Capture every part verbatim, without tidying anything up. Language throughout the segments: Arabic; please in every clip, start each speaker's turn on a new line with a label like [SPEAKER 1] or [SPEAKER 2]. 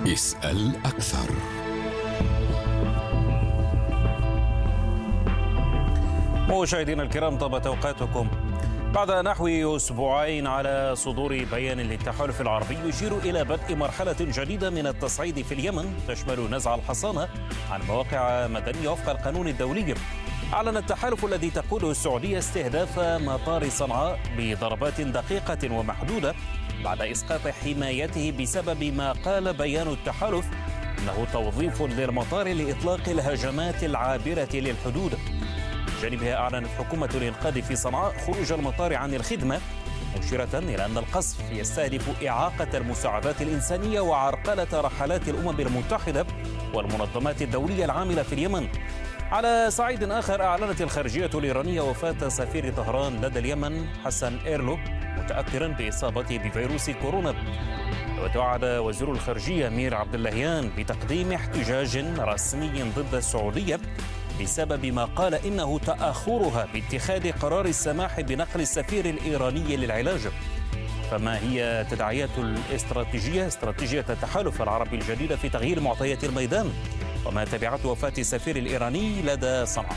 [SPEAKER 1] اسأل أكثر.
[SPEAKER 2] مشاهدينا الكرام، طابت أوقاتكم. بعد نحو أسبوعين على صدور بيان للتحالف العربي يشير إلى بدء مرحلة جديدة من التصعيد في اليمن تشمل نزع الحصانة عن مواقع مدنية وفق القانون الدولي. أعلن التحالف الذي تقوده السعودية استهداف مطار صنعاء بضربات دقيقة ومحدودة بعد إسقاط حمايته بسبب ما قال بيان التحالف أنه توظيف للمطار لإطلاق الهجمات العابرة للحدود. بجانبها أعلنت حكومة الإنقاذ في صنعاء خروج المطار عن الخدمة، مشيرة إلى أن القصف يستهدف إعاقة المساعدات الإنسانية وعرقلة رحلات الأمم المتحدة والمنظمات الدولية العاملة في اليمن. على صعيد آخر، أعلنت الخارجية الإيرانية وفاة سفير طهران لدى اليمن حسن إيرلو متأثرا بإصابته بفيروس كورونا. وتوعد وزير الخارجية أمير عبد اللهيان بتقديم احتجاج رسمي ضد السعودية بسبب ما قال إنه تأخرها باتخاذ قرار السماح بنقل السفير الإيراني للعلاج. فما هي تداعيات الاستراتيجية استراتيجية التحالف العربي الجديدة في تغيير معطيات الميدان؟ وما تبعات وفاة السفير الإيراني لدى صنعاء؟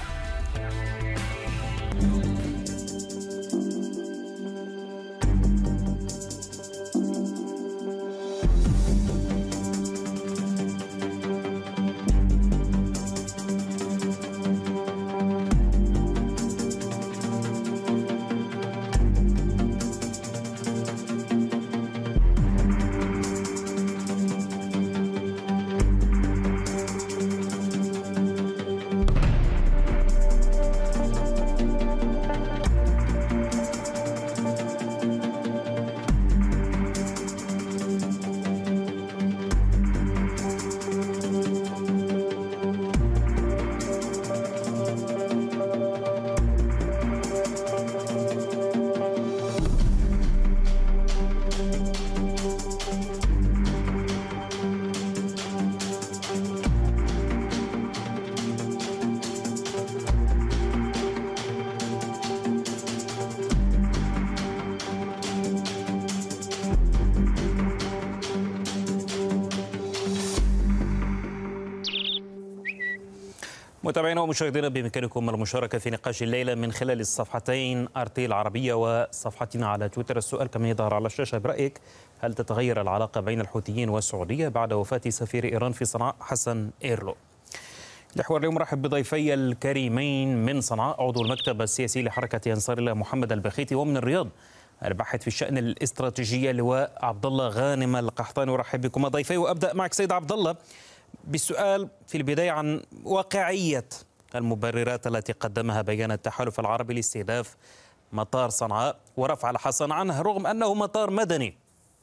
[SPEAKER 2] متابعينا ومشاهدينا، بإمكانكم المشاركة في نقاش الليلة من خلال الصفحتين آرتي العربية وصفحتنا على تويتر. السؤال كما يظهر على الشاشة: برأيك هل تتغير العلاقة بين الحوثيين والسعودية بعد وفاة سفير إيران في صنعاء حسن إيرلو؟ لحوار اليوم رحب بضيفي الكريمين من صنعاء عضو المكتب السياسي لحركة أنصار الله محمد البخيتي، ومن الرياض الباحث في الشأن الاستراتيجية لواء عبد الله غانم القحطاني. ورحب بكم ضيفي، وأبدأ معك سيد عبد الله بالسؤال في البداية عن واقعية المبررات التي قدمها بيان التحالف العربي لاستهداف مطار صنعاء ورفع الحصان عنه رغم أنه مطار مدني.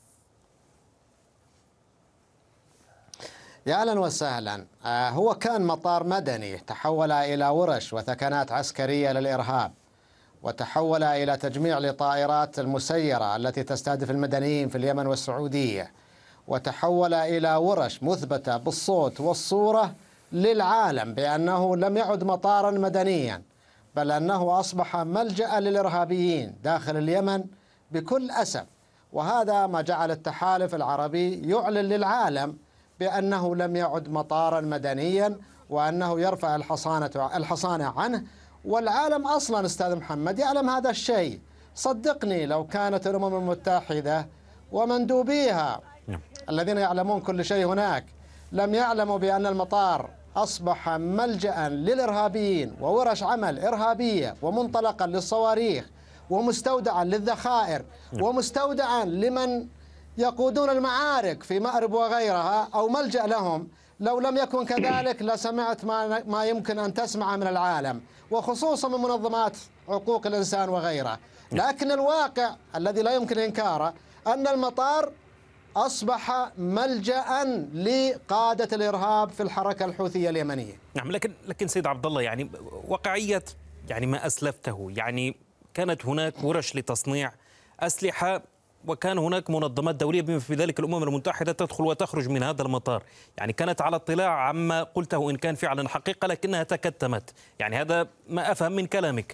[SPEAKER 3] يا أهلا وسهلا. هو كان مطار مدني تحول إلى ورش وثكنات عسكرية للإرهاب، وتحول إلى تجميع لطائرات المسيرة التي تستهدف المدنيين في اليمن والسعودية، وتحول إلى ورش مثبتة بالصوت والصورة للعالم بأنه لم يعد مطارا مدنيا، بل أنه أصبح ملجأ للإرهابيين داخل اليمن بكل أسف. وهذا ما جعل التحالف العربي يعلن للعالم بأنه لم يعد مطارا مدنيا، وأنه يرفع الحصانة الحصانة عنه. والعالم أصلا أستاذ محمد يعلم هذا الشيء. صدقني، لو كانت الأمم المتحدة ومندوبيها الذين يعلمون كل شيء هناك لم يعلموا بأن المطار أصبح ملجأ للإرهابيين وورش عمل إرهابية ومنطلقا للصواريخ ومستودعا للذخائر ومستودعا لمن يقودون المعارك في مأرب وغيرها أو ملجأ لهم، لو لم يكن كذلك لسمعت ما ما يمكن أن تسمع من العالم، وخصوصا من منظمات حقوق الإنسان وغيرها. لكن الواقع الذي لا يمكن إنكاره أن المطار أصبح ملجأ لقادة الإرهاب في الحركة الحوثية اليمنية.
[SPEAKER 2] نعم، لكن لكن سيد عبد الله، يعني واقعية يعني ما أسلفته، يعني كانت هناك ورش لتصنيع أسلحة، وكان هناك منظمات دولية بما في ذلك الأمم المتحدة تدخل وتخرج من هذا المطار، يعني كانت على اطلاع عما قلته إن كان فعلا حقيقة، لكنها تكتمت. يعني هذا ما أفهم من كلامك.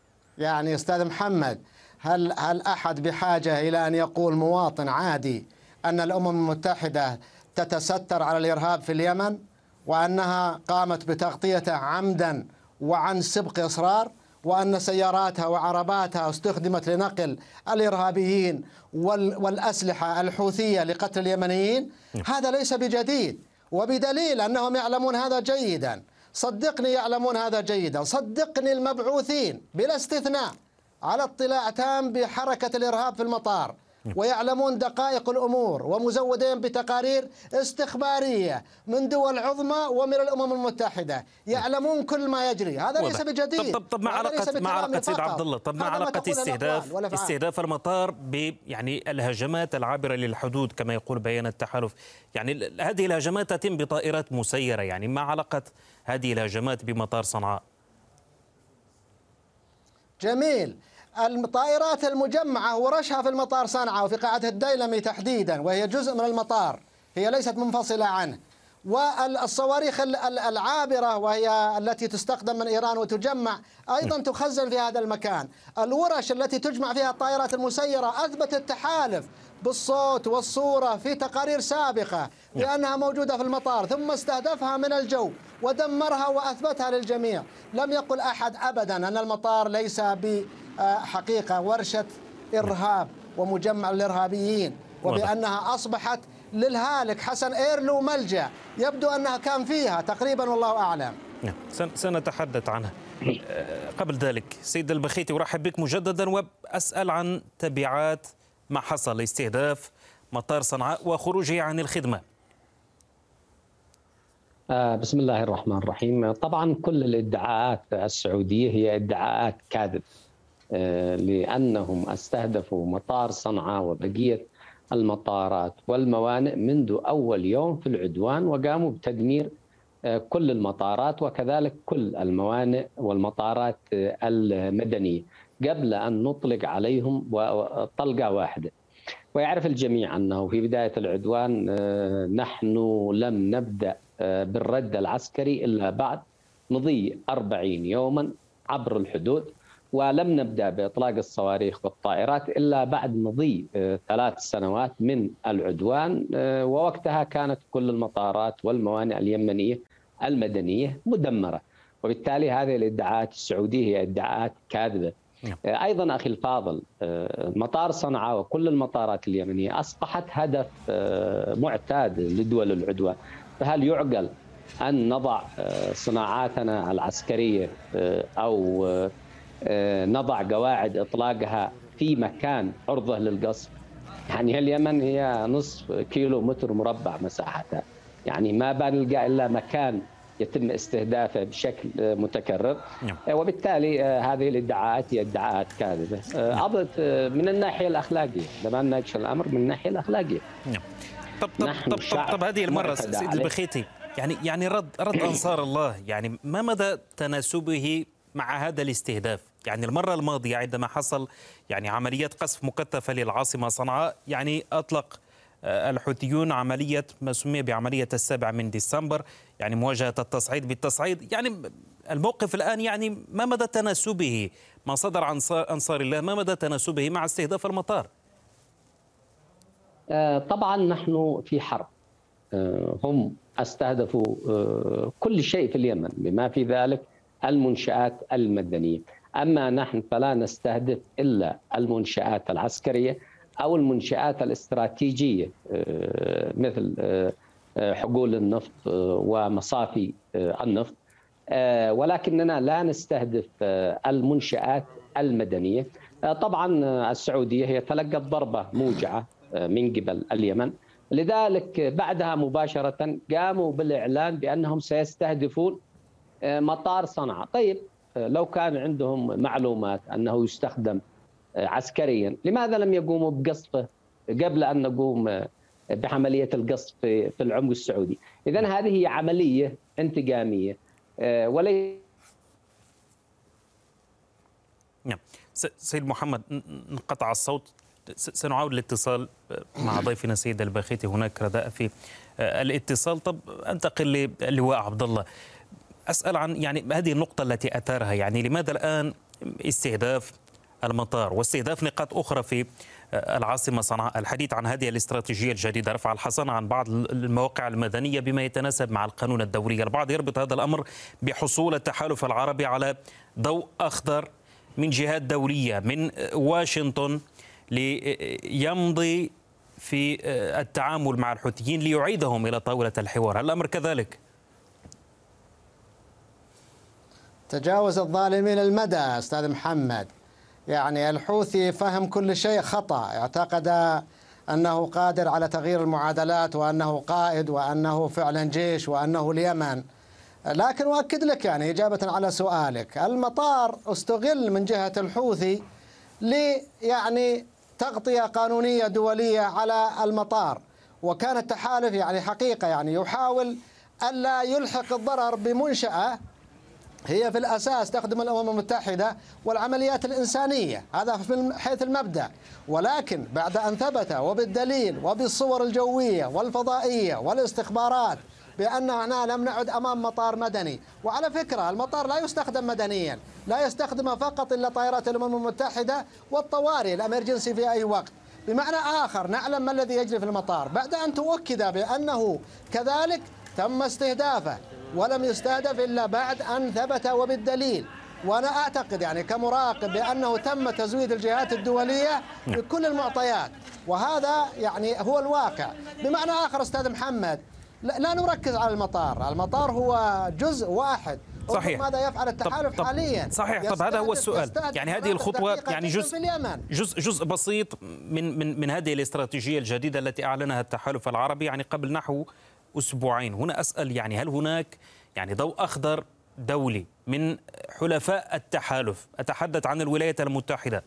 [SPEAKER 3] يعني أستاذ محمد، هل هل أحد بحاجة إلى أن يقول مواطن عادي أن الأمم المتحدة تتستر على الإرهاب في اليمن، وأنها قامت بتغطيته عمدا وعن سبق إصرار، وأن سياراتها وعرباتها استخدمت لنقل الإرهابيين والأسلحة الحوثية لقتل اليمنيين. هذا ليس بجديد، وبدليل أنهم يعلمون هذا جيدا. صدقني يعلمون هذا جيدا، صدقني المبعوثين بلا استثناء على اطلاع تام بحركة الإرهاب في المطار، ويعلمون دقائق الأمور، ومزودين بتقارير استخبارية من دول عظمى ومن الأمم المتحدة، يعلمون كل ما يجري. هذا ليس بجديد.
[SPEAKER 2] طب طب مع علاقة مع علاقة سيد عبد الله، طب مع علاقة استهداف استهداف المطار ب يعني الهجمات العابرة للحدود كما يقول بيان التحالف، يعني هذه الهجمات تتم بطائرات مسيرة، يعني ما علاقة هذه الهجمات بمطار صنعاء؟
[SPEAKER 3] جميل. الطائرات المجمعة ورشها في المطار صنعاء وفي قاعة الديلمي تحديدا، وهي جزء من المطار، هي ليست منفصلة عنه. والصواريخ العابرة وهي التي تستخدم من إيران وتجمع أيضا تخزن في هذا المكان. الورش التي تجمع فيها الطائرات المسيرة أثبت التحالف بالصوت والصورة في تقارير سابقة بأنها موجودة في المطار، ثم استهدفها من الجو ودمرها وأثبتها للجميع. لم يقل أحد أبدا أن المطار ليس بحقيقة ورشة إرهاب ومجمع الإرهابيين، وبأنها أصبحت للهالك حسن إيرلو ملجأ يبدو أنها كان فيها تقريبا، والله أعلم.
[SPEAKER 2] سنتحدث عنها. قبل ذلك سيد البخيتي أرحب بك مجددا، وأسأل عن تبعات ما حصل استهداف مطار صنعاء وخروجه عن الخدمة.
[SPEAKER 1] بسم الله الرحمن الرحيم. طبعا كل الادعاءات السعودية هي ادعاءات كاذب، لأنهم استهدفوا مطار صنعاء وبقية المطارات والموانئ منذ أول يوم في العدوان، وقاموا بتدمير كل المطارات وكذلك كل الموانئ والمطارات المدنية قبل أن نطلق عليهم طلقة واحدة. ويعرف الجميع أنه في بداية العدوان نحن لم نبدأ بالرد العسكري إلا بعد مضي أربعين يوما عبر الحدود، ولم نبدأ بإطلاق الصواريخ والطائرات إلا بعد مضي ثلاث سنوات من العدوان، ووقتها كانت كل المطارات والموانئ اليمنية المدنية مدمرة. وبالتالي هذه الادعاءات السعودية هي ادعاءات كاذبة. أيضا أخي الفاضل، مطار صنعاء وكل المطارات اليمنية أصبحت هدف معتاد لدول العدوان، فهل يعقل أن نضع صناعاتنا العسكرية أو نضع قواعد إطلاقها في مكان عرضة للقصف؟ يعني اليمن هي نصف كيلو متر مربع مساحتها، يعني ما بنلقى إلا مكان يتم استهدافه بشكل متكرر. وبالتالي هذه الادعاءات هي ادعاءات كاذبة. أضف من الناحية الأخلاقية، لما نناقش الأمر من الناحية الأخلاقية.
[SPEAKER 2] طب طب طب, طب, طب هذه المرة سيد البخيتي، يعني يعني رد رد أنصار الله، يعني ما مدى تناسبه مع هذا الاستهداف؟ يعني المرة الماضية عندما حصل يعني عمليات قصف مكثفة للعاصمة صنعاء، يعني أطلق الحوثيون عملية ما سمي بعملية السابع من ديسمبر، يعني مواجهة التصعيد بالتصعيد. يعني الموقف الآن يعني ما مدى تناسبه ما صدر عن أنصار الله، ما مدى تناسبه مع استهداف المطار؟
[SPEAKER 1] طبعا نحن في حرب، هم استهدفوا كل شيء في اليمن بما في ذلك المنشآت المدنية، أما نحن فلا نستهدف إلا المنشآت العسكرية أو المنشآت الاستراتيجية مثل حقول النفط ومصافي النفط، ولكننا لا نستهدف المنشآت المدنية. طبعا السعودية هي تلقت ضربة موجعة من قبل اليمن، لذلك بعدها مباشرة قاموا بالإعلان بأنهم سيستهدفون مطار صنعاء. طيب لو كان عندهم معلومات أنه يستخدم عسكريا، لماذا لم يقوموا بقصفه قبل أن نقوم بعملية القصف في العمق السعودي؟ إذن هذه هي عملية انتقامية وليس.
[SPEAKER 2] نعم سيد محمد، انقطع الصوت، سنعاود الاتصال مع ضيفنا سيد البخيتي، هناك رداء في الاتصال. طب انتقل للواء عبد الله، أسأل عن يعني هذه النقطة التي أثارها، يعني لماذا الآن استهداف المطار واستهداف نقاط أخرى في العاصمة صنعاء. الحديث عن هذه الاستراتيجية الجديدة رفع الحصان عن بعض المواقع المدنية بما يتناسب مع القانون الدولي. البعض يربط هذا الأمر بحصول التحالف العربي على ضوء أخضر من جهات دولية من واشنطن ليمضي في التعامل مع الحوثيين ليعيدهم إلى طاولة الحوار. هل الأمر كذلك؟
[SPEAKER 3] تجاوز الظالمين المدى أستاذ محمد. يعني الحوثي فهم كل شيء خطأ، اعتقد أنه قادر على تغيير المعادلات وأنه قائد وأنه فعلا جيش وأنه اليمن. لكن أؤكد لك يعني إجابة على سؤالك، المطار استغل من جهة الحوثي لي يعني تغطية قانونية دولية على المطار، وكان التحالف يعني حقيقة يعني يحاول ألا يلحق الضرر بمنشأة هي في الأساس تخدم الأمم المتحدة والعمليات الإنسانية، هذا من حيث المبدأ. ولكن بعد أن ثبت وبالدليل وبالصور الجوية والفضائية والاستخبارات بأننا لم نعد أمام مطار مدني، وعلى فكرة المطار لا يستخدم مدنيا، لا يستخدم فقط إلا طائرات الأمم المتحدة والطوارئ الأمرجنسي في أي وقت. بمعنى آخر نعلم ما الذي يجري في المطار. بعد أن تؤكد بأنه كذلك تم استهدافه ولم يستهدف إلا بعد أن ثبت وبالدليل. وأنا أعتقد يعني كمراقب بأنه تم تزويد الجهات الدولية بكل المعطيات، وهذا يعني هو الواقع. بمعنى آخر أستاذ محمد، لا نركز على المطار، المطار هو جزء واحد.
[SPEAKER 2] صحيح.
[SPEAKER 3] ماذا يفعل التحالف
[SPEAKER 2] طب طب
[SPEAKER 3] حاليا؟
[SPEAKER 2] صحيح. طب هذا هو السؤال، يعني هذه الخطوة يعني جزء جزء جزء بسيط من من من هذه الاستراتيجية الجديدة التي أعلنها التحالف العربي يعني قبل نحو أسبوعين. هنا أسأل يعني هل هناك يعني ضوء أخضر دولي من حلفاء التحالف، أتحدث عن الولايات المتحدة؟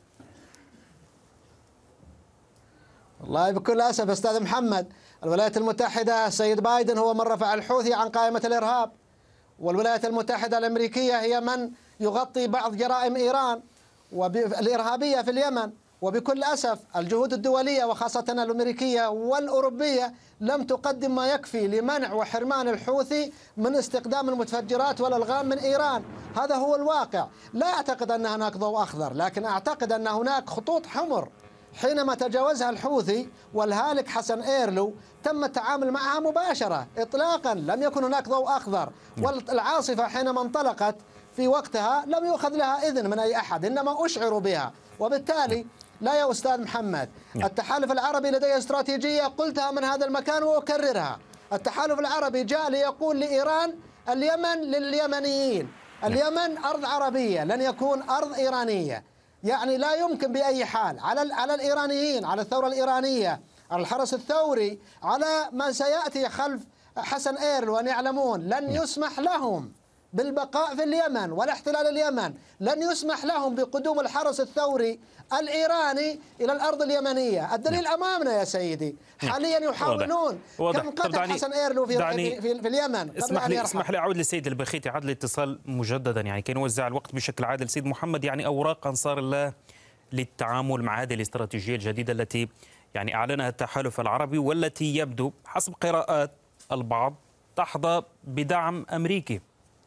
[SPEAKER 3] والله بكل أسف أستاذ محمد، الولايات المتحدة السيد بايدن هو من رفع الحوثي عن قائمة الإرهاب، والولايات المتحدة الأمريكية هي من يغطي بعض جرائم إيران والإرهابية في اليمن. وبكل أسف الجهود الدولية وخاصة الأمريكية والأوروبية لم تقدم ما يكفي لمنع وحرمان الحوثي من استخدام المتفجرات والألغام من إيران. هذا هو الواقع. لا أعتقد أن هناك ضوء أخضر، لكن أعتقد أن هناك خطوط حمر حينما تجاوزها الحوثي والهالك حسن إيرلو تم التعامل معها مباشرة إطلاقا. لم يكن هناك ضوء أخضر، والعاصفة حينما انطلقت في وقتها لم يؤخذ لها إذن من أي أحد، إنما أشعروا بها. وبالتالي لا يا أستاذ محمد، التحالف العربي لديه استراتيجية قلتها من هذا المكان وأكررها. التحالف العربي جاء ليقول لإيران اليمن لليمنيين، اليمن أرض عربية لن يكون أرض إيرانية. يعني لا يمكن بأي حال على على الإيرانيين، على الثورة الإيرانية، على الحرس الثوري، على من سيأتي خلف حسن إيرلو أن يعلمون لن يسمح لهم بالبقاء في اليمن ولا احتلال اليمن، لن يسمح لهم بقدوم الحرس الثوري الإيراني إلى الأرض اليمنية. الدليل أمامنا يا سيدي، حاليا يحاولون. كم قتل حسن إيرلو في, في, في, في اليمن؟
[SPEAKER 2] اسمح لي اسمح لي أعود للسيد البخيتي، عاد الاتصال مجددا يعني كي نوزع الوقت بشكل عادل. سيد محمد، يعني أوراق أنصار الله للتعامل مع هذه الاستراتيجية الجديدة التي يعني أعلنها التحالف العربي والتي يبدو حسب قراءات البعض تحظى بدعم أمريكي.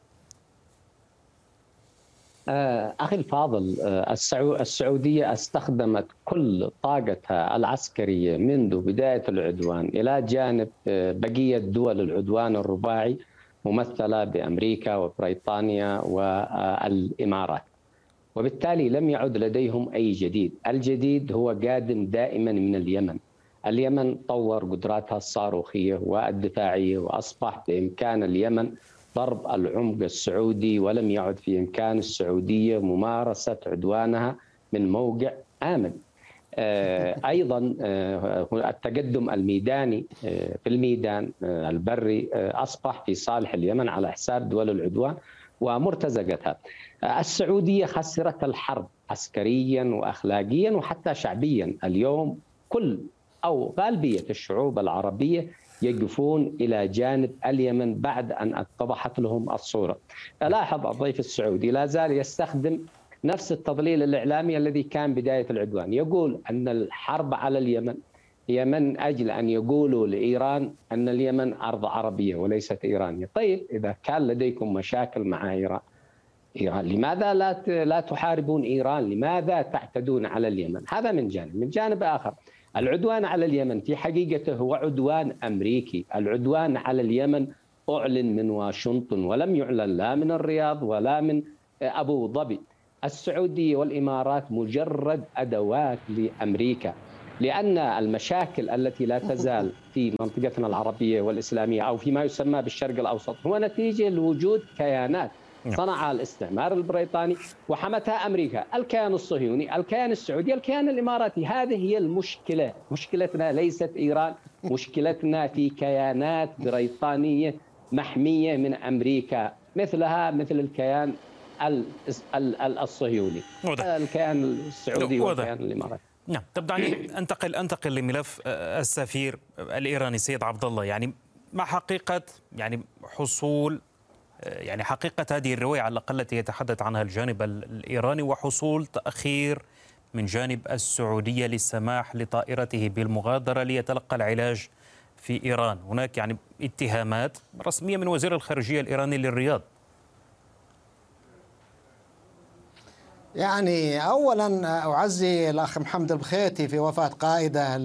[SPEAKER 1] أخي الفاضل، السعودية استخدمت كل طاقتها العسكرية منذ بداية العدوان إلى جانب بقية دول العدوان الرباعي ممثلة بأمريكا وبريطانيا والإمارات، وبالتالي لم يعد لديهم أي جديد. الجديد هو قادم دائما من اليمن. اليمن طور قدراتها الصاروخية والدفاعية، وأصبح بإمكان اليمن ضرب العمق السعودي، ولم يعد في إمكان السعودية ممارسة عدوانها من موقع آمن. أيضا التقدم الميداني في الميدان البري أصبح في صالح اليمن على حساب دول العدوان ومرتزقتها. السعودية خسرت الحرب عسكريا وأخلاقيا وحتى شعبيا. اليوم كل أو غالبية الشعوب العربية يقفون إلى جانب اليمن بعد أن اتضحت لهم الصورة. لاحظ الضيف السعودي لا زال يستخدم نفس التضليل الإعلامي الذي كان بداية العدوان، يقول أن الحرب على اليمن هي من أجل أن يقولوا لإيران أن اليمن أرض عربية وليست إيرانية. طيب إذا كان لديكم مشاكل مع إيران إيران، لماذا لا لا تحاربون إيران؟ لماذا تعتدون على اليمن؟ هذا من جانب. من جانب آخر، العدوان على اليمن في حقيقته هو عدوان أمريكي. العدوان على اليمن أعلن من واشنطن ولم يعلن لا من الرياض ولا من أبو ظبي. السعودية والإمارات مجرد أدوات لأمريكا، لأن المشاكل التي لا تزال في منطقتنا العربية والإسلامية أو فيما يسمى بالشرق الأوسط هو نتيجة لوجود كيانات صنعها الاستعمار البريطاني وحمتها أمريكا، الكيان الصهيوني، الكيان السعودي، الكيان الإماراتي. هذه هي المشكلة. مشكلتنا ليست إيران، مشكلتنا في كيانات بريطانية محمية من أمريكا، مثلها مثل الكيان الصهيوني، الكيان السعودي والكيان الإماراتي.
[SPEAKER 2] نعم. طب دعني انتقل انتقل لملف السفير الإيراني سيد عبد الله. يعني ما حقيقة يعني حصول يعني حقيقة هذه الرواية على الأقل التي يتحدث عنها الجانب الإيراني وحصول تأخير من جانب السعودية للسماح لطائرته بالمغادرة ليتلقى العلاج في إيران؟ هناك يعني اتهامات رسمية من وزير الخارجية الإيراني للرياض.
[SPEAKER 3] يعني أولا أعزي الأخ محمد البخيتي في وفاة قائده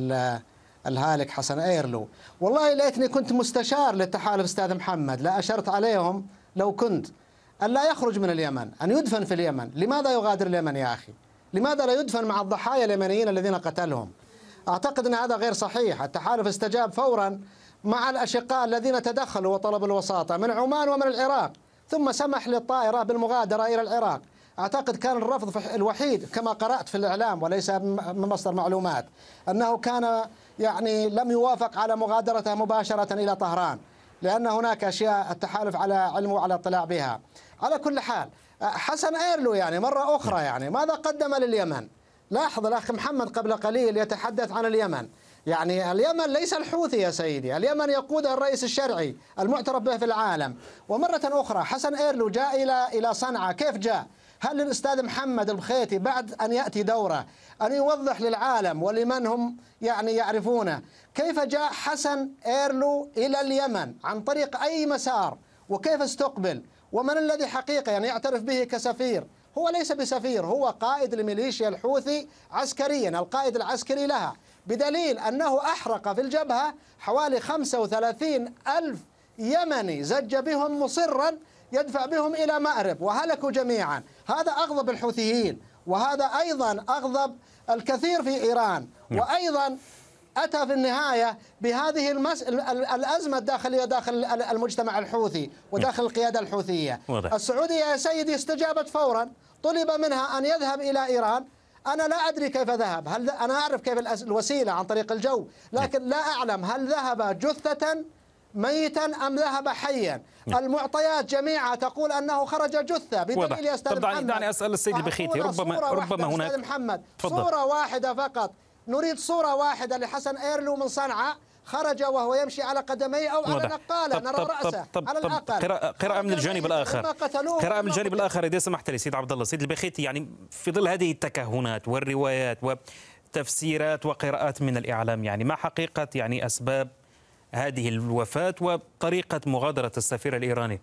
[SPEAKER 3] الهالك حسن إيرلو. والله ليتني كنت مستشار للتحالف أستاذ محمد، لا أشرت عليهم لو كنت أن لا يخرج من اليمن، أن يدفن في اليمن. لماذا يغادر اليمن يا أخي؟ لماذا لا يدفن مع الضحايا اليمنيين الذين قتلهم؟ أعتقد أن هذا غير صحيح. التحالف استجاب فورا مع الأشقاء الذين تدخلوا وطلبوا الوساطة من عمان ومن العراق، ثم سمح للطائرة بالمغادرة إلى العراق. أعتقد كان الرفض الوحيد كما قرأت في الإعلام وليس من مصدر معلومات أنه كان يعني لم يوافق على مغادرته مباشرة إلى طهران، لأن هناك أشياء التحالف على علم وعلى اطلاع بها. على كل حال حسن إيرلو يعني مرة أخرى يعني ماذا قدم لليمن؟ لاحظ الأخ محمد قبل قليل يتحدث عن اليمن. يعني اليمن ليس الحوثي يا سيدي، اليمن يقودها الرئيس الشرعي المعترف به في العالم. ومرة أخرى حسن إيرلو جاء إلى إلى صنعاء. كيف جاء؟ هل للأستاذ محمد البخيتي بعد أن يأتي دوره أن يوضح للعالم ولمن هم يعني يعرفونه كيف جاء حسن إيرلو إلى اليمن عن طريق أي مسار وكيف استقبل ومن الذي حقيقة يعني يعترف به كسفير؟ هو ليس بسفير، هو قائد لميليشيا الحوثي عسكريا، القائد العسكري لها، بدليل أنه أحرق في الجبهة حوالي خمسة وثلاثين ألف يمني زج بهم مصرا يدفع بهم إلى مأرب وهلكوا جميعا. هذا أغضب الحوثيين، وهذا أيضا أغضب الكثير في إيران، وأيضا أتى في النهاية بهذه المس... الأزمة الداخلية داخل المجتمع الحوثي وداخل القيادة الحوثية. السعودية يا سيدي استجابت فورا، طلب منها أن يذهب إلى إيران. أنا لا أدري كيف ذهب، هل أنا أعرف كيف الوسيلة عن طريق الجو، لكن لا أعلم هل ذهب جثة ميتا أم ذهب حيا. المعطيات جميعها تقول أنه خرج جثة، بدليل يا أستاذ محمد.
[SPEAKER 2] دعني أسأل السيد البخيتي، ربما ربما هناك
[SPEAKER 3] أستاذ محمد
[SPEAKER 2] تفضل.
[SPEAKER 3] صورة واحدة فقط، نريد صورة واحدة لحسن إيرلو من صنعاء خرج وهو يمشي على قدميه أو على نقالة نرى رأسه على الأقل.
[SPEAKER 2] قراءة من الجانب الآخر، قراءة من الجانب الآخر إذا سمحت لي سيد عبد الله. سيد البخيتي، يعني في ظل هذه التكهنات والروايات وتفسيرات وقراءات من الإعلام، يعني ما حقيقة يعني أسباب هذه الوفاة وطريقة مغادرة السفير الإيراني؟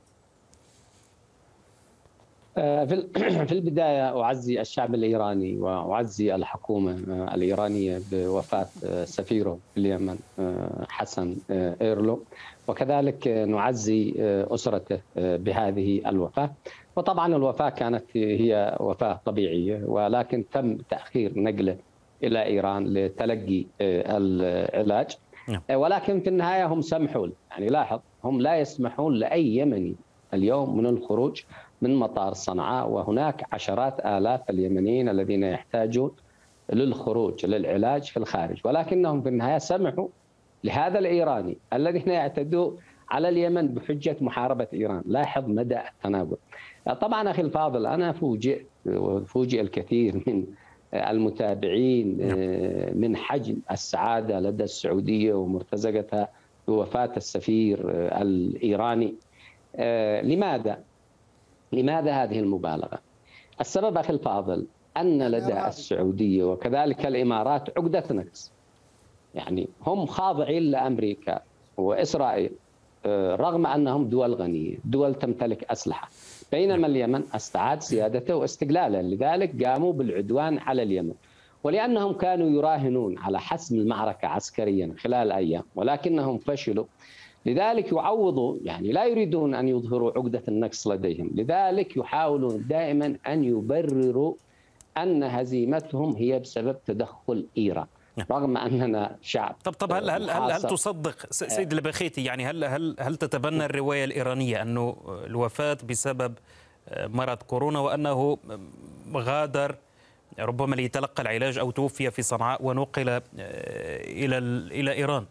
[SPEAKER 1] في البداية أعزي الشعب الإيراني وأعزي الحكومة الإيرانية بوفاة سفيره في اليمن حسن إيرلو، وكذلك نعزي أسرته بهذه الوفاة. وطبعا الوفاة كانت هي وفاة طبيعية، ولكن تم تأخير نقله إلى إيران لتلقي العلاج. ولكن في النهاية هم سمحوا، يعني لاحظ هم لا يسمحون لأي يمني اليوم من الخروج من مطار صنعاء، وهناك عشرات آلاف اليمنيين الذين يحتاجون للخروج للعلاج في الخارج، ولكنهم في النهاية سمحوا لهذا الإيراني الذين يعتدوا على اليمن بحجة محاربة إيران. لاحظ مدى التناقض. طبعا أخي الفاضل، أنا فوجئت وفوجئ الكثير من المتابعين من حجم السعادة لدى السعودية ومرتزقتها بوفاة السفير الإيراني. لماذا؟ لماذا هذه المبالغة؟ السبب أخي الفاضل أن لدى السعودية وكذلك الإمارات عقدة نقص، يعني هم خاضعين لأمريكا وإسرائيل رغم أنهم دول غنية، دول تمتلك أسلحة، بينما اليمن استعاد سيادته واستقلاله، لذلك قاموا بالعدوان على اليمن. ولأنهم كانوا يراهنون على حسم المعركة عسكريا خلال أيام ولكنهم فشلوا، لذلك يعوضوا، يعني لا يريدون أن يظهروا عقدة النقص لديهم، لذلك يحاولون دائما أن يبرروا أن هزيمتهم هي بسبب تدخل إيران، رغم أننا شعب.
[SPEAKER 2] طب طب هل هل هل, هل تصدق سيد البخيتي، يعني هل هل هل تتبنى الرواية الإيرانية أنه الوفاة بسبب مرض كورونا وأنه غادر ربما ليتلقى العلاج أو توفي في صنعاء ونقل إلى إلى إيران؟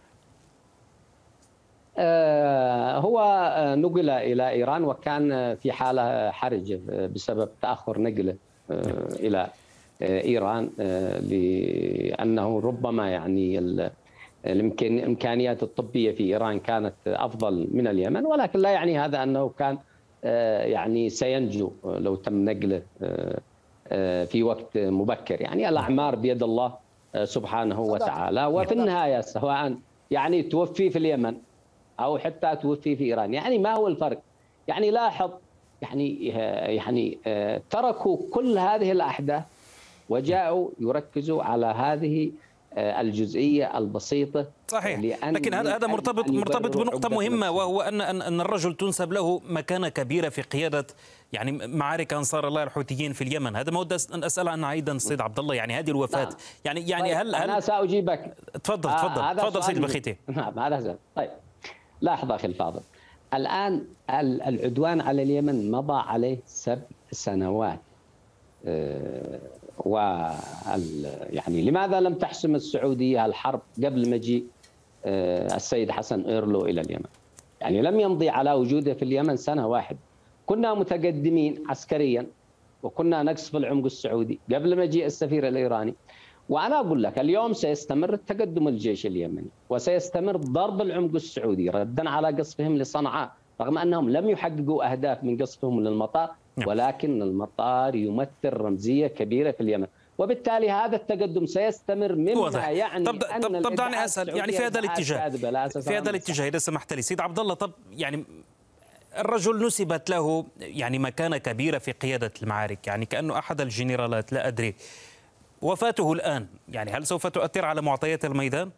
[SPEAKER 1] هو نقل إلى إيران وكان في حالة حرج بسبب تأخر نقله إلى إيران، لأنه ربما يعني الإمكانيات الطبية في إيران كانت أفضل من اليمن، ولكن لا يعني هذا أنه كان يعني سينجو لو تم نقله في وقت مبكر. يعني الأعمار بيد الله سبحانه وتعالى، وفي النهاية سواء يعني توفي في اليمن أو حتى توفي في إيران، يعني ما هو الفرق؟ يعني لاحظ، يعني يعني تركوا كل هذه الأحداث وجاءوا يركزوا على هذه الجزئية البسيطة.
[SPEAKER 2] صحيح، لكن هذا هذا مرتبط مرتبط بنقطة مهمة، وهو أن أن أن الرجل تنسب له مكانة كبيرة في قيادة يعني معارك أنصار الله الحوثيين في اليمن. هذا ما ودي أن أسأل عنه أيضا السيد عبد الله، يعني هذه الوفاة نعم. يعني يعني
[SPEAKER 1] طيب
[SPEAKER 2] هل هل
[SPEAKER 1] أنا سأجيبك.
[SPEAKER 2] تفضل تفضل تفضل سيد البخيتي.
[SPEAKER 1] نعم هذا زين. طيب لاحظ أخي الفاضل، الآن العدوان على اليمن مضى عليه سبع سنوات، و يعني لماذا لم تحسم السعودية الحرب قبل مجيء السيد حسن إيرلو إلى اليمن؟ يعني لم يمضي على وجوده في اليمن سنة واحدة. كنا متقدمين عسكريا وكنا نقصف العمق السعودي قبل مجيء السفير الإيراني. وأنا أقول لك اليوم سيستمر التقدم الجيش اليمني وسيستمر ضرب العمق السعودي ردا على قصفهم لصنعاء، رغم أنهم لم يحققوا أهداف من قصفهم للمطار، ولكن المطار يمثل رمزية كبيرة في اليمن، وبالتالي هذا التقدم سيستمر، مما يعني
[SPEAKER 2] طب
[SPEAKER 1] أن
[SPEAKER 2] طب, طب دعني أسأل يعني في هذا الاتجاه في هذا الاتجاه إذا سمحت لي سيد عبد الله. طب يعني الرجل نسبت له يعني مكانة كبيرة في قيادة المعارك، يعني كأنه أحد الجنرالات، لا أدري، وفاته الآن يعني هل سوف تؤثر على معطيات الميدان؟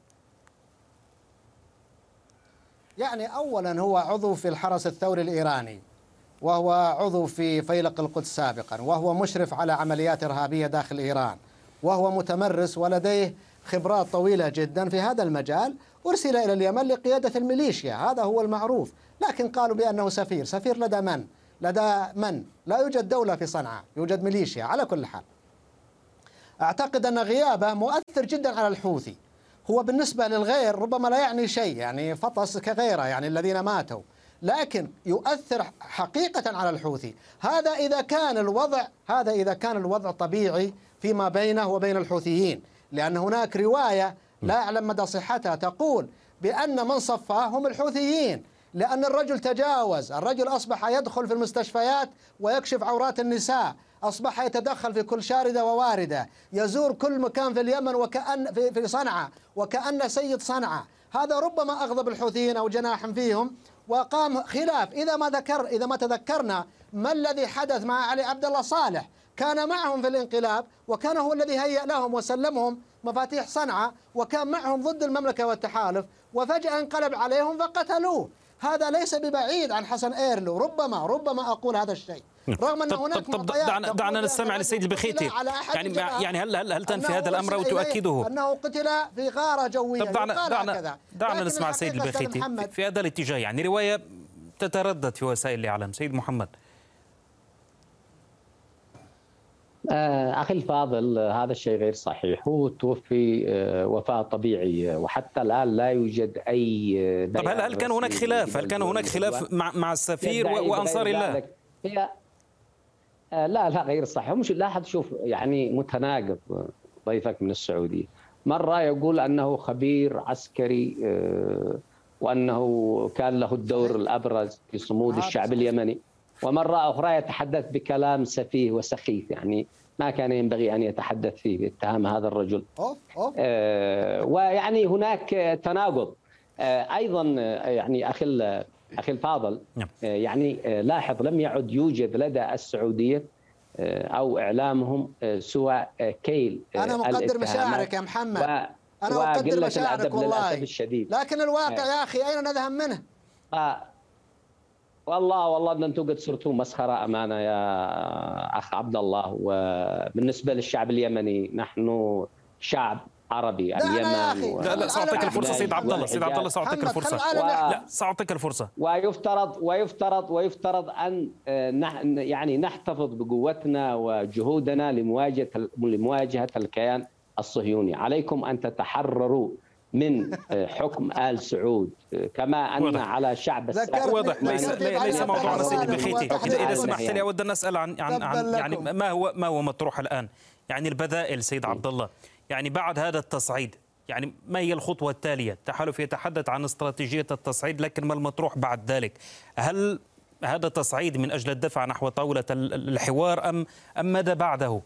[SPEAKER 3] يعني أولا هو عضو في الحرس الثوري الإيراني، وهو عضو في فيلق القدس سابقا، وهو مشرف على عمليات إرهابية داخل إيران، وهو متمرس ولديه خبرات طويلة جدا في هذا المجال. أرسل إلى اليمن لقيادة الميليشيا، هذا هو المعروف، لكن قالوا بأنه سفير. سفير لدى من؟ لدى من؟ لا يوجد دولة في صنعاء، يوجد ميليشيا. على كل حال أعتقد أن غيابه مؤثر جدا على الحوثي. هو بالنسبة للغير ربما لا يعني شيء، يعني فطس كغيره يعني الذين ماتوا، لكن يؤثر حقيقة على الحوثي. هذا إذا كان الوضع هذا إذا كان الوضع طبيعي فيما بينه وبين الحوثيين، لأن هناك رواية لا أعلم مدى صحتها تقول بأن من صفاه هم الحوثيين، لأن الرجل تجاوز، الرجل أصبح يدخل في المستشفيات ويكشف عورات النساء، أصبح يتدخل في كل شاردة وواردة، يزور كل مكان في اليمن وكأن في في صنعاء وكأن سيد صنعاء. هذا ربما أغضب الحوثيين أو جناح فيهم وقام خلاف. إذا ما ذكر إذا ما تذكرنا ما الذي حدث مع علي عبد الله صالح، كان معهم في الانقلاب وكان هو الذي هيأ لهم وسلمهم مفاتيح صنعاء، وكان معهم ضد المملكة والتحالف، وفجأة انقلب عليهم فقتلوه. هذا ليس ببعيد عن حسن إيرلو، ربما ربما أقول هذا الشيء، رغم أن هناك
[SPEAKER 2] طب طب دعنا, دعنا نستمع للسيد البخيتي. يعني يعني هل هل هل تنفي هذا الأمر وتؤكده؟
[SPEAKER 3] أنه قتل في غارة جوية.
[SPEAKER 2] طب دعنا دعنا, دعنا نسمع السيد البخيتي في هذا الاتجاه، يعني رواية تتردد في وسائل الإعلام. سيد محمد.
[SPEAKER 1] أخي الفاضل، هذا الشيء غير صحيح. هو توفي وفاة طبيعية وحتى الآن لا يوجد أي.
[SPEAKER 2] طب هل هل كان هناك خلاف؟ هل كان هناك خلاف مع مع السفير وأنصار الله؟
[SPEAKER 1] هي لا لا غير صحيح. مش لاحظ، شوف يعني متناقض ضيفك من السعودية. مرة يقول أنه خبير عسكري وأنه كان له الدور الأبرز في صمود الشعب اليمني، ومرة أخرى يتحدث بكلام سفيه وسخيف، يعني ما كان ينبغي أن يتحدث فيه باتهام هذا الرجل. أوف أوف. آه ويعني هناك تناقض. أيضا يعني أخي أخي الفاضل، يعني لاحظ لم يعد يوجد لدى السعودية أو إعلامهم سوى كيل
[SPEAKER 3] أنا مقدر مشاعرك يا محمد، أنا أقدر مشاعرك والله، الشديد. لكن الواقع يا أخي أين نذهب منه؟
[SPEAKER 1] آه والله والله ان انتم قد صرتوا مسخره امانه يا اخ عبد الله. وبالنسبه للشعب اليمني نحن شعب عربي. اليمن
[SPEAKER 2] و... لا لا سأعطيك الفرصه سيد عبد الله، سيد عبد الله سأعطيك الفرصه و... لا سأعطيك الفرصه.
[SPEAKER 1] ويفترض ويفترض ويفترض ان يعني نحتفظ بقوتنا وجهودنا لمواجهه لمواجهه الكيان الصهيوني. عليكم ان تتحرروا من حكم آل سعود كما أن
[SPEAKER 2] واضح.
[SPEAKER 1] على شعب السعودي.
[SPEAKER 2] واضح. ليس ليس موضوعنا سيدي البخيتي. إذا إذا سمحت لي أود أن أسأل عن عن, عن يعني ما هو ما هو مطروح الآن، يعني البدائل سيد عبد الله، يعني بعد هذا التصعيد يعني ما هي الخطوة التالية؟ التحالف يتحدث عن استراتيجية التصعيد، لكن ما المطروح بعد ذلك؟ هل هذا تصعيد من أجل الدفع نحو طاولة الحوار أم أم ماذا بعده؟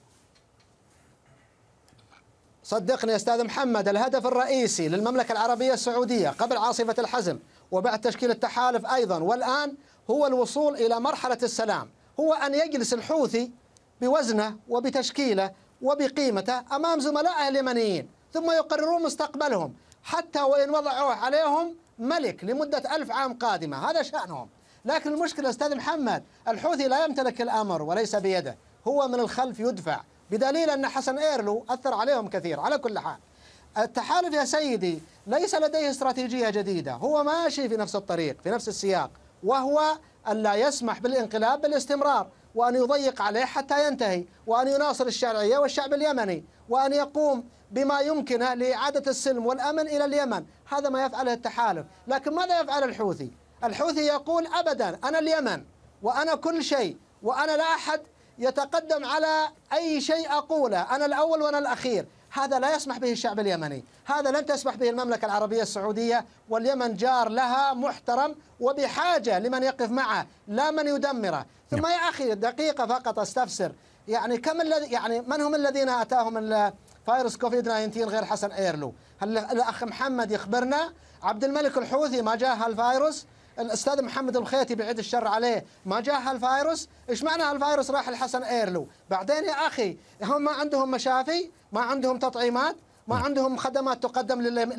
[SPEAKER 3] صدقني يا أستاذ محمد، الهدف الرئيسي للمملكة العربية السعودية قبل عاصفة الحزم وبعد تشكيل التحالف أيضا والآن هو الوصول إلى مرحلة السلام، هو أن يجلس الحوثي بوزنه وبتشكيله وبقيمته أمام زملائه اليمنيين ثم يقررون مستقبلهم، حتى وإن وضعوه عليهم ملك لمدة ألف عام قادمة، هذا شأنهم. لكن المشكلة أستاذ محمد، الحوثي لا يمتلك الأمر وليس بيده، هو من الخلف يدفع، بدليل أن حسن إيرلو أثر عليهم كثير. على كل حال التحالف يا سيدي ليس لديه استراتيجية جديدة، هو ماشي في نفس الطريق في نفس السياق، وهو أن لا يسمح بالانقلاب بالاستمرار، وأن يضيق عليه حتى ينتهي، وأن يناصر الشرعية والشعب اليمني، وأن يقوم بما يمكنه لإعادة السلم والأمن إلى اليمن. هذا ما يفعله التحالف. لكن ماذا يفعل الحوثي؟ الحوثي يقول أبدا أنا اليمن وأنا كل شيء، وأنا لا أحد يتقدم على أي شيء أقوله، أنا الأول وأنا الأخير. هذا لا يسمح به الشعب اليمني، هذا لن تسمح به المملكة العربية السعودية، واليمن جار لها محترم وبحاجة لمن يقف معه لا من يدمره. ثم يا أخي دقيقة فقط أستفسر، يعني كم الذي يعني من هم الذين أتاهم فيروس كوفيد تسعة عشر غير حسن إيرلو؟ هل الأخ محمد يخبرنا؟ عبد الملك الحوثي ما جاه الفيروس؟ الأستاذ محمد البخيتي بعيد الشر عليه ما جاه هالفيروس؟ إيش معنى هالفيروس راح لحسن إيرلو؟ بعدين يا أخي هم ما عندهم مشافي، ما عندهم تطعيمات، ما عندهم خدمات تقدم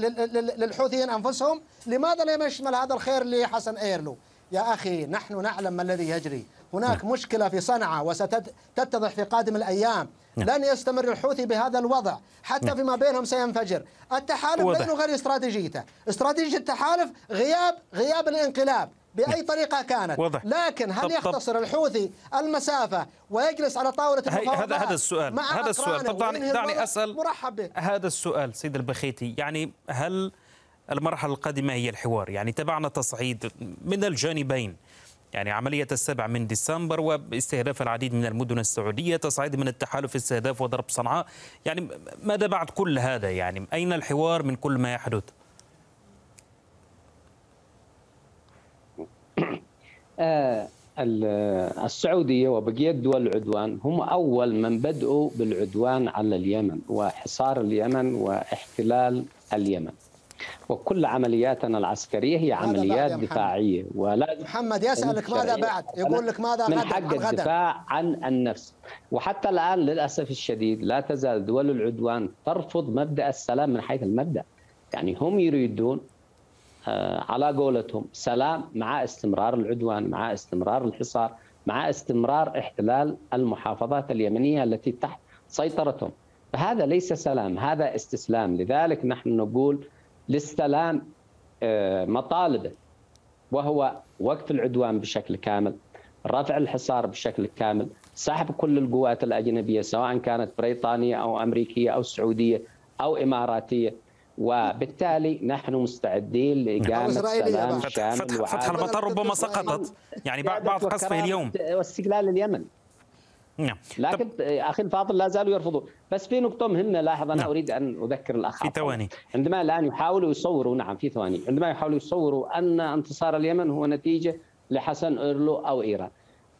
[SPEAKER 3] للحوثيين أنفسهم، لماذا لا يشمل هذا الخير لحسن إيرلو؟ يا أخي نحن نعلم ما الذي يجري، هناك مشكلة في صنعاء وستتضح في قادم الأيام. لن يستمر الحوثي بهذا الوضع، حتى فيما بينهم سينفجر. التحالف لا يغير استراتيجيته، استراتيجية التحالف غياب غياب الانقلاب بأي طريقة كانت.
[SPEAKER 2] وضح.
[SPEAKER 3] لكن هل يختصر الحوثي المسافة ويجلس على طاولة المفاوضات؟
[SPEAKER 2] هذا هذا السؤال هذا السؤال طب دعني دعني أسأل
[SPEAKER 3] مرحب به.
[SPEAKER 2] هذا السؤال سيد البخيتي، يعني هل المرحلة القادمة هي الحوار؟ يعني تبعنا تصعيد من الجانبين، يعني عملية السبع من ديسمبر واستهداف العديد من المدن السعودية، تصعيد من التحالف استهداف وضرب صنعاء، يعني ماذا بعد كل هذا؟ يعني أين الحوار من كل ما يحدث؟
[SPEAKER 1] السعودية وبقية دول العدوان هم أول من بدأوا بالعدوان على اليمن وحصار اليمن واحتلال اليمن، وكل عملياتنا العسكرية هي عمليات دفاعية. ولا
[SPEAKER 3] محمد يسألك ماذا بعد؟ يقول لك ماذا
[SPEAKER 1] من حق الدفاع عن النفس. وحتى الآن للأسف الشديد لا تزال دول العدوان ترفض مبدأ السلام من حيث المبدأ، يعني هم يريدون على قولتهم سلام مع استمرار العدوان، مع استمرار الحصار، مع استمرار احتلال المحافظات اليمنية التي تحت سيطرتهم. فهذا ليس سلام، هذا استسلام. لذلك نحن نقول للسلام مطالبه، وهو وقف العدوان بشكل كامل، رفع الحصار بشكل كامل، سحب كل القوات الأجنبية سواء كانت بريطانية أو أمريكية أو سعودية أو إماراتية، وبالتالي نحن مستعدين لإقامة سلام شامل.
[SPEAKER 2] فتح, فتح المطار ربما سقطت يعني بعد بعد قصفه اليوم
[SPEAKER 1] واستقلال اليمن.
[SPEAKER 2] نعم.
[SPEAKER 1] لكن أخي الفاضل لا زالوا يرفضون. بس في نقطة مهمة لاحظ أنا نعم. أريد أن أذكر الأخ
[SPEAKER 2] في ثواني.
[SPEAKER 1] عندما الآن يحاولوا يصوروا نعم في ثواني عندما يحاولوا يصوروا أن انتصار اليمن هو نتيجة لحسن إيرلو أو إيران.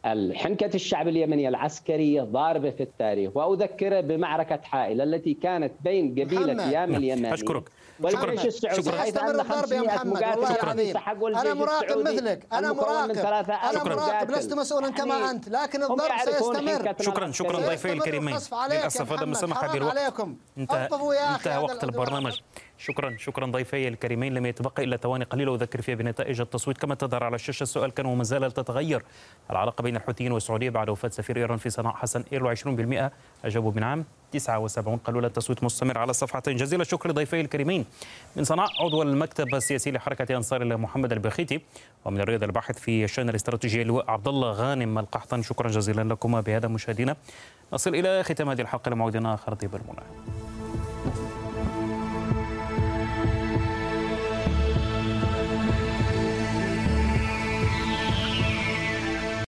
[SPEAKER 1] الحنكة الشعب اليمني العسكرية ضاربة في التاريخ، وأذكره بمعركة حائلة التي كانت بين قبيلة يام اليماني
[SPEAKER 2] أشكرك
[SPEAKER 1] والجيش السعودي، حيث أن خمسمائة مقاتل يستحقوا الجيش
[SPEAKER 3] أنا مراقب مثلك، أنا مراقب أنا مراقب لست مسؤولا كما يعني أنت، لكن الضرب سيستمر.
[SPEAKER 2] شكرا شكرا ضيفي الكريمين. للأسف هذا ما سمح بالوقت، انتهى انتهى وقت البرنامج. شكرا شكرا ضيفي الكريمين. لم يتبقى الا ثواني قليله اذكر فيها بنتائج التصويت كما تظهر على الشاشه. السؤال كان وما زال تتغير العلاقه بين الحوثيين والسعوديه بعد وفاه سفير ايران في صنعاء حسن ايرلو. عشرين بالمئة اجابوا بنعم، تسعة وسبعين قالوا لا. التصويت مستمر على الصفحتين. جزيل الشكر لضيفي الكريمين. من صنعاء عضو المكتب السياسي لحركه انصار الله محمد البخيتي، ومن الرياض الباحث في الشان الاستراتيجي اللواء عبد الله غانم القحطاني. شكرا جزيلا لكما. بهذا مشاهدينا نصل الى ختام هذه الحلقه. لموعد اخر طيب المنى.